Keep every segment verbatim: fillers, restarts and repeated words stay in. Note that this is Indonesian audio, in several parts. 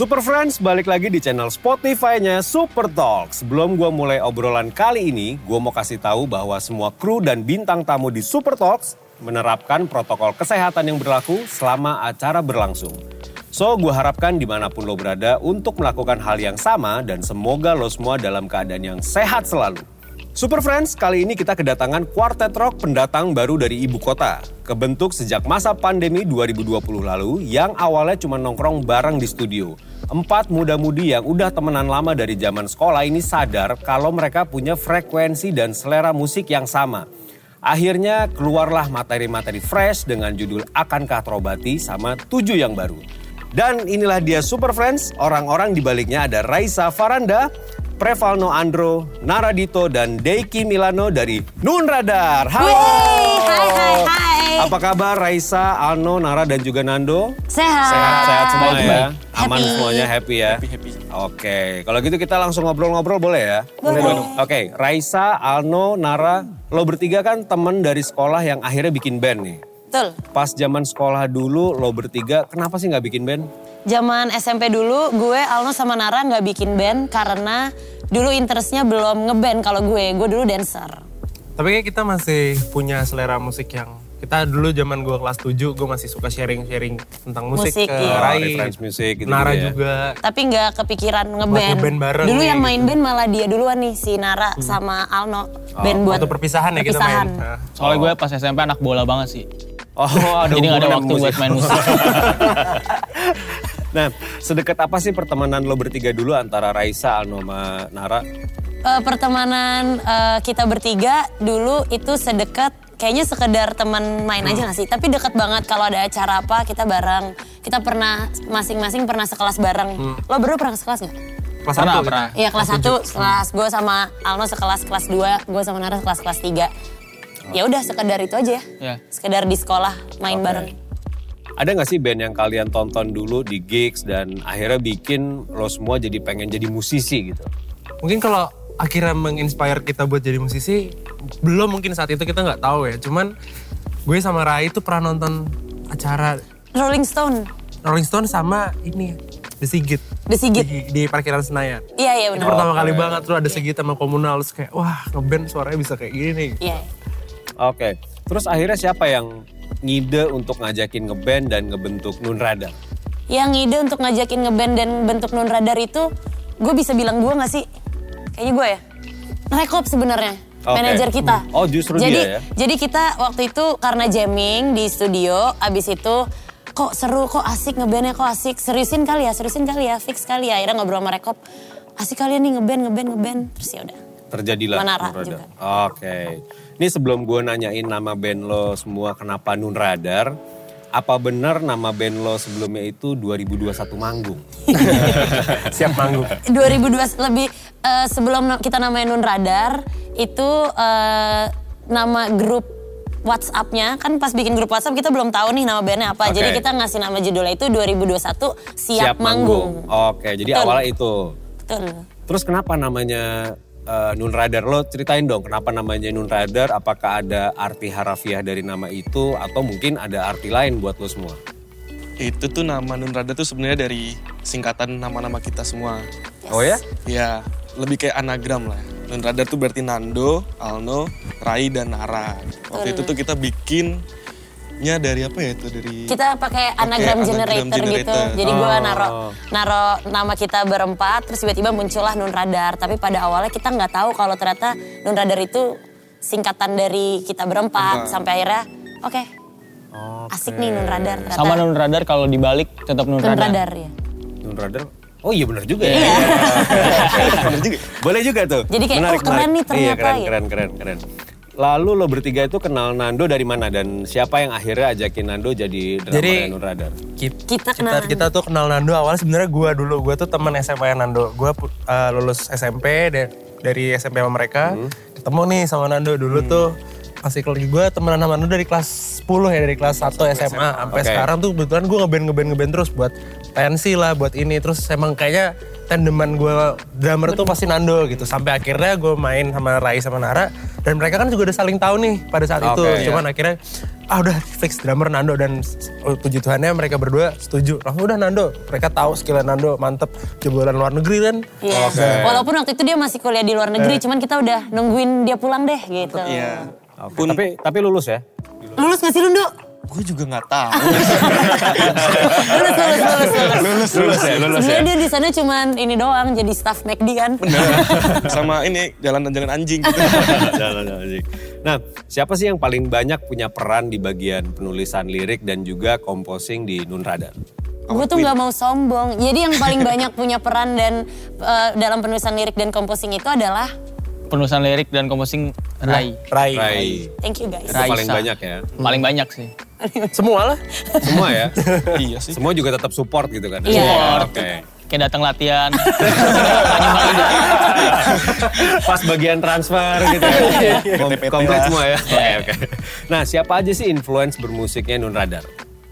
Super Friends, balik lagi di channel Spotify-nya Super Talk. Sebelum gue mulai obrolan kali ini, gue mau kasih tahu bahwa semua kru dan bintang tamu di Super Talks menerapkan protokol kesehatan yang berlaku selama acara berlangsung. So, gue harapkan dimanapun lo berada untuk melakukan hal yang sama dan semoga lo semua dalam keadaan yang sehat selalu. Super Friends, kali ini kita kedatangan kuartet rock pendatang baru dari ibu kota. Kebentuk sejak masa pandemi dua ribu dua puluh lalu yang awalnya cuma nongkrong bareng di studio. Empat muda-mudi yang udah temenan lama dari zaman sekolah ini sadar kalau mereka punya frekuensi dan selera musik yang sama. Akhirnya keluarlah materi-materi fresh dengan judul Akankah Terobati sama Tujuh yang baru. Dan inilah dia Super Friends, orang-orang di baliknya ada Raisa Faranda, Prevalno Andro, Nara Dito, dan Deiki Milano dari Nunradar. Halo! Wih, hai, hai, hai. Apa kabar Raisa, Alno, Nara, dan juga Nando? Sehat. Sehat, sehat semua Baik, ya? baik. Aman Happy. semuanya, happy ya? Happy, happy. Oke, kalau gitu kita langsung ngobrol-ngobrol boleh ya? Boleh. dong. Oke, Raisa, Alno, Nara, lo bertiga kan temen dari sekolah yang akhirnya bikin band nih. Betul. Pas zaman sekolah dulu lo bertiga, kenapa sih nggak bikin band? Zaman S M P dulu gue, Alno sama Nara gak bikin band karena dulu interestnya belum ngeband kalau gue. Gue dulu dancer. Tapi kayak kita masih punya selera musik yang... Kita dulu zaman gue kelas tujuh, gue masih suka sharing-sharing tentang musik, Musik, ke iya. Oh, Rai, reference musik gitu Nara ya. juga. Tapi gak kepikiran ngeband. ngeband bareng Dulu nih, yang main gitu. band malah dia duluan nih, si Nara sama Alno. Band buat Waktu perpisahan ya kita perpisahan. main. Nah. Soalnya gue pas S M P anak bola banget sih. Oh, ada Jadi gak ada hubungan waktu musik. buat main musik. Nah, sedekat apa sih pertemanan lo bertiga dulu antara Raisa, Alno, sama Nara? Eh, pertemanan eh, kita bertiga dulu itu sedekat kayaknya sekedar teman main aja gak sih? Tapi dekat banget kalau ada acara apa kita bareng. Kita pernah masing-masing pernah sekelas bareng. Lo berdua pernah sekelas gak? Kelas Pernah, satu, pernah. Iya kelas satu, kelas gue sama Alno sekelas kelas dua, gue sama Nara sekelas kelas tiga. Ya udah sekedar itu aja ya. Ya. Sekedar di sekolah main Oke. bareng. Ada gak sih band yang kalian tonton dulu di gigs dan akhirnya bikin lo semua jadi pengen jadi musisi gitu? Mungkin kalau akhirnya menginspire kita buat jadi musisi, belum mungkin saat itu kita nggak tahu ya. Cuman gue sama Rai itu pernah nonton acara Rolling Stone. Rolling Stone sama ini, The Sigit. The Sigit. Di, di parkiran Senayan. Iya iya Itu benar. pertama kali Oke. banget tuh ada Sigit sama Komunal. Terus kayak wah ngeband suaranya bisa kayak gini nih. Iya. Oke, terus akhirnya siapa yang ngide untuk ngajakin ngeband dan ngebentuk Nunradar? Yang ide untuk ngajakin ngeband dan bentuk Nunradar itu, gue bisa bilang gue gak sih? Kayaknya gue ya. Rekop sebenarnya, Oke. manajer kita. Oh, justru jadi, dia ya? Jadi kita waktu itu karena jamming di studio, abis itu kok seru, kok asik ngebandnya, kok asik. Seriusin kali ya, seriusin kali ya, fix kali ya. Akhirnya ngobrol sama Rekop, asik kalian nih ngeband, ngeband, ngeband. Terus ya udah. Terjadilah Nara Nunradar. juga. Oke, ini sebelum gue nanyain nama band lo semua kenapa Nunradar, apa benar nama band lo sebelumnya itu dua ribu dua puluh satu manggung? Siap manggung. dua ribu dua lebih eh, sebelum kita namain Nunradar itu eh, nama grup WhatsApp-nya kan pas bikin grup WhatsApp kita belum tahu nih nama bandnya apa. Oke. Jadi kita ngasih nama judulnya itu dua ribu dua puluh satu Siap, Manggung. Oke, jadi Betul. awalnya itu. Betul. Terus kenapa namanya uh, Nunradar? Lo ceritain dong kenapa namanya Nunradar? Apakah ada arti harafiah dari nama itu atau mungkin ada arti lain buat lo semua? Itu tuh nama Nunradar tuh sebenarnya dari singkatan nama-nama kita semua. Yes. Oh ya? Ya, lebih kayak anagram lah. Nunradar tuh berarti Nando, Alno, Rai, dan Nara. Waktu itu tuh kita bikinnya dari apa ya itu? Dari Kita pakai anagram, anagram generator, gitu. generator. Jadi gue Oh. naro naro nama kita berempat terus tiba-tiba muncullah Nunradar. Tapi pada awalnya kita nggak tahu kalau ternyata Nunradar itu singkatan dari kita berempat. Berempat. Sampai akhirnya oke. Oke. Asik nih Nunradar ternyata. Sama Nunradar kalau dibalik tetap Nunradar. Nunradar ya. Nunradar? Oh iya benar juga ya. Iya. Benar juga. Boleh juga tuh. Jadi kayak, oh, keren nih ternyata, Iya keren, gitu. keren, keren, keren. Lalu lo bertiga itu kenal Nando dari mana dan siapa yang akhirnya ajakin Nando jadi drummer Jadi Nunradar? Kita, Kita kita, kenal kita tuh kenal Nando awalnya sebenarnya gue dulu. Gue tuh teman S M P Nando. Gue uh, lulus S M P dan dari S M P sama mereka. Hmm. Ketemu nih sama Nando dulu tuh. Masih kelas gue temenan sama Nando dari kelas sepuluh ya, dari kelas satu S M A. Sampai Oke. sekarang tuh kebetulan gue ngeband ngeband ngeband terus buat pensi lah, buat ini. Terus emang kayaknya tandeman gue drummer tuh pasti Nando gitu. Sampai akhirnya gue main sama Rai sama Nara. Dan mereka kan juga udah saling tahu nih pada saat itu. Oke, Cuman akhirnya ah udah fix drummer Nando dan oh, puji Tuhannya mereka berdua setuju. Langsung udah Nando, mereka tahu skillnya Nando mantep, jebolan luar negeri kan. Iya. Oke. Walaupun waktu itu dia masih kuliah di luar negeri, cuman kita udah nungguin dia pulang deh gitu. Iya. Oke, Tapi tapi lulus ya? Lulus gak sih Lundo? Gue juga nggak tahu. Lulus, lulus, lulus, lulus. Lulus, lulus ya, lulus ya. Sebenarnya dia di sana cuman ini doang, jadi staff McD kan. Sama ini jalan-jalan anjing. Jalan-jalan anjing. Nah, siapa sih yang paling banyak punya peran di bagian penulisan lirik dan juga composing di Nun Radar? Gue tuh gak mau sombong. Jadi yang paling banyak punya peran dan uh, dalam penulisan lirik dan composing itu adalah Penulisan lirik dan composing Rai. Rai. Rai. thank you guys. Itu Raisa. paling banyak ya. Paling banyak sih. Semua lah. Semua ya. Iya sih. Semua juga tetap support gitu kan. Iya. Support, Oke. Kayak datang latihan. Pas bagian transfer gitu ya. Kom- Komplit semua ya. Oke, oke. Nah, siapa aja sih influence bermusiknya Nun Radar?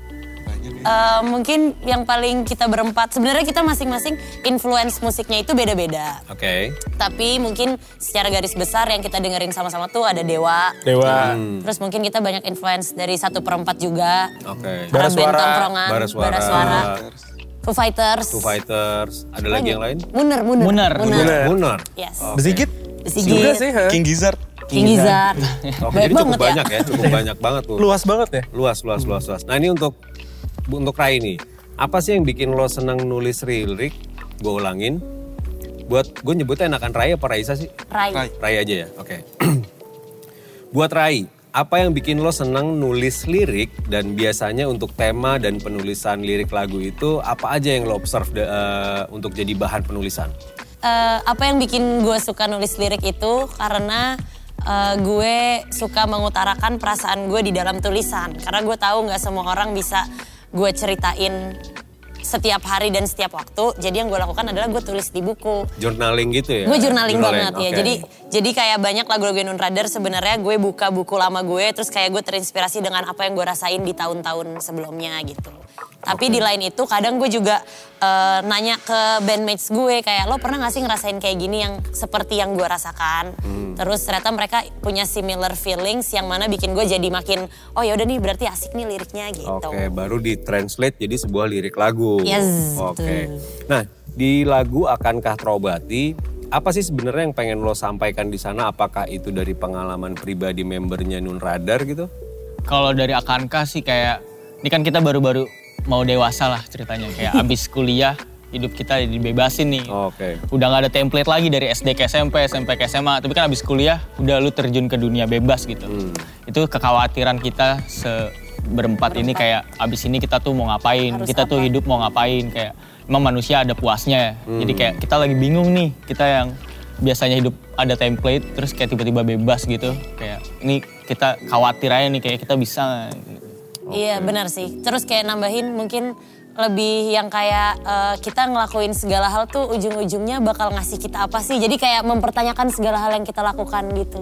Uh, mungkin yang paling kita berempat, sebenarnya kita masing-masing influence musiknya itu beda-beda. Oke. Tapi mungkin secara garis besar yang kita dengerin sama-sama tuh ada Dewa. Dewa. Terus mungkin kita banyak influence dari satu perempat juga. Oke. Para Bara band Suara. tongkrongan, Bara Suara. Bara Suara, Foo Fighters. Foo Fighters. Ada lagi yang lain? Munir, Munir. Munir. Munir. Munir. Yes. Oke. The Sigit? The Sigit. Juga sih. ha? King Gizzard. King Gizzard. Oke, jadi cukup banyak ya. Cukup banyak banget tuh. Luas banget ya. Luas, luas, luas, luas. Nah, ini untuk untuk Rai nih. Apa sih yang bikin lo seneng nulis lirik? Gue ulangin. Buat gue nyebutnya enakan Rai apa Raisa sih? Rai. Rai. Rai aja ya, oke. Buat Rai, apa yang bikin lo seneng nulis lirik dan biasanya untuk tema dan penulisan lirik lagu itu apa aja yang lo observe de- uh, untuk jadi bahan penulisan? Eh, apa yang bikin gue suka nulis lirik itu karena eh, gue suka mengutarakan perasaan gue di dalam tulisan. Karena gue tahu nggak semua orang bisa gue ceritain setiap hari dan setiap waktu. Jadi yang gue lakukan adalah gue tulis di buku. Journaling gitu ya? Gue journaling banget ya. oke. Jadi jadi kayak banyak lagu-lagu Nun Radar sebenarnya gue buka buku lama gue terus kayak gue terinspirasi dengan apa yang gue rasain di tahun-tahun sebelumnya gitu. Tapi di lain itu kadang gue juga eh, nanya ke bandmates gue kayak lo pernah gak sih ngerasain kayak gini yang seperti yang gue rasakan. Hmm. Terus ternyata mereka punya similar feelings yang mana bikin gue jadi makin oh ya udah nih berarti asik nih liriknya gitu. Oke, baru ditranslate jadi sebuah lirik lagu. Yes, Oke. betul. Nah, di lagu Akankah Terobati, apa sih sebenarnya yang pengen lo sampaikan di sana? Apakah itu dari pengalaman pribadi membernya Nun Radar gitu? Kalau dari Akankah sih kayak, ini kan kita baru-baru mau dewasa lah ceritanya. Kayak abis kuliah, hidup kita dibebasin nih. Oke. Udah gak ada template lagi dari S D ke S M P, S M P ke S M A. Tapi kan abis kuliah, udah lu terjun ke dunia bebas gitu. Hmm. Itu kekhawatiran kita se berempat ini kayak abis ini kita tuh mau ngapain, Harus kita tuh apa? hidup mau ngapain, kayak emang manusia ada puasnya ya. Jadi kayak kita lagi bingung nih, kita yang biasanya hidup ada template terus kayak tiba-tiba bebas gitu. Kayak ini kita khawatir aja nih kayak kita bisa nggak? Iya benar sih. Terus kayak nambahin mungkin lebih yang kayak eh, kita ngelakuin segala hal tuh ujung-ujungnya bakal ngasih kita apa sih. Jadi kayak mempertanyakan segala hal yang kita lakukan gitu.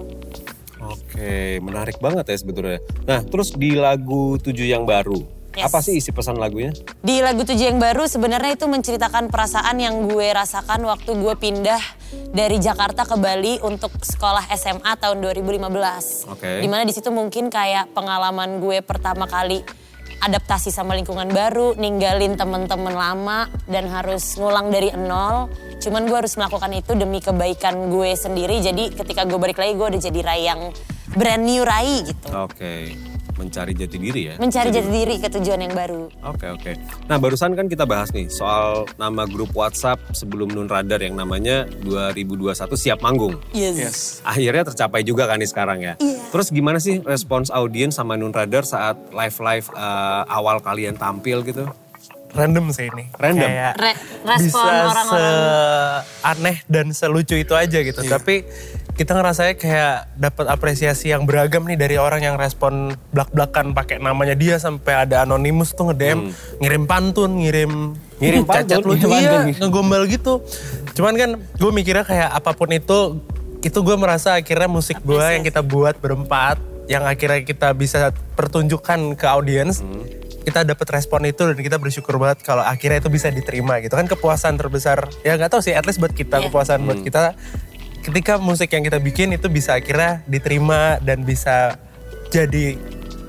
Oke, menarik banget ya sebetulnya. Nah, terus di lagu Tujuh yang baru, Yes. apa sih isi pesan lagunya? Di lagu Tujuh yang baru sebenarnya itu menceritakan perasaan yang gue rasakan waktu gue pindah dari Jakarta ke Bali untuk sekolah S M A tahun dua ribu lima belas. Oke. Dimana di situ mungkin kayak pengalaman gue pertama kali adaptasi sama lingkungan baru, ninggalin teman-teman lama dan harus ngulang dari nol. Cuman gue harus melakukan itu demi kebaikan gue sendiri. Jadi ketika gue balik lagi gue udah jadi Rai yang brand new Rai gitu. Oke, mencari jati diri ya? Mencari jati diri ke tujuan yang baru. Oke, oke. Nah, barusan kan kita bahas nih soal nama grup WhatsApp sebelum Nun Radar yang namanya dua ribu dua puluh satu Siap Manggung. Yes. Yes. Akhirnya tercapai juga kan nih sekarang ya. Iya. Terus gimana sih respons audiens sama Nun Radar saat live-live eh, awal kalian tampil gitu? Random sih ini. Random? Kayak Re- respon bisa orang-orang. se-aneh dan selucu itu aja gitu. Tapi kita ngerasanya kayak dapat apresiasi yang beragam nih dari orang yang respon blak-blakan pakai namanya dia sampai ada anonimus tuh nge-D M, ngirim pantun, ngirim Ngirim cacat pantun? lucu, Ngirim iya, pantun. ngegombal gitu. Cuman kan gue mikirnya kayak apapun itu, itu gue merasa akhirnya musik gue yang kita buat berempat, yang akhirnya kita bisa pertunjukkan ke audiens, kita dapat respon itu dan kita bersyukur banget kalau akhirnya itu bisa diterima gitu kan, kepuasan terbesar ya nggak tahu sih, at least buat kita Iya. kepuasan buat kita ketika musik yang kita bikin itu bisa akhirnya diterima dan bisa jadi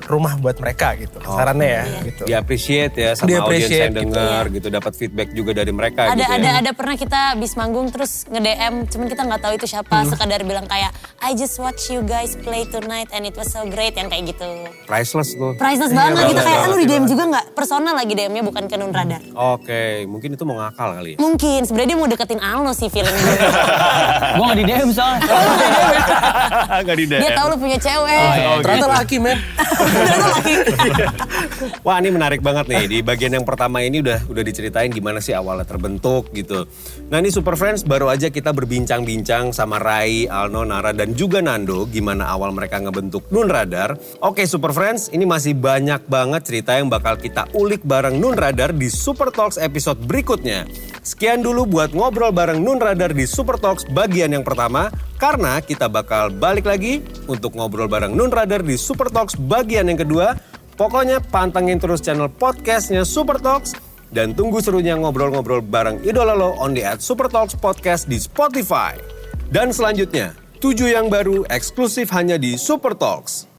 rumah buat mereka gitu. Sarannya ya gitu. Di appreciate ya sama Di audiens appreciate yang denger gitu, dapat feedback juga dari mereka Ada gitu ada ya. ada pernah kita habis manggung terus nge-D M, cuman kita nggak tahu itu siapa, sekadar bilang kayak I just watch you guys play tonight and it was so great, yang kayak gitu. Priceless tuh. Priceless banget gitu, kayak lu di D M juga nggak? Personal lagi D M-nya, bukan ke Nun Radar. Oke, mungkin itu mau ngakal kali ya. Mungkin sebenarnya dia mau deketin Alno sih feeling gue. Gue gak di D M soalnya. Gak di D M. Dia tahu lu punya cewek. Ternyata laki men. Wah, ini menarik banget nih. Di bagian yang pertama ini udah udah diceritain gimana sih awalnya terbentuk gitu. Nah, ini Super Friends baru aja kita berbincang-bincang sama Rai, Alno, Nara dan juga Nando gimana awal mereka ngebentuk Nun Radar. Oke, Super Friends, ini masih banyak banget cerita yang bakal kita ulik bareng Nun Radar di Super Talks episode berikutnya. Sekian dulu buat ngobrol bareng Nun Radar di Super Talks bagian yang pertama. Karena kita bakal balik lagi untuk ngobrol bareng Nun Radar di Super Talks bagian yang kedua. Pokoknya pantengin terus channel podcastnya Super Talks. Dan tunggu serunya ngobrol-ngobrol bareng idola lo only at Super Talks Podcast di Spotify. Dan selanjutnya, tujuh yang baru eksklusif hanya di Super Talks.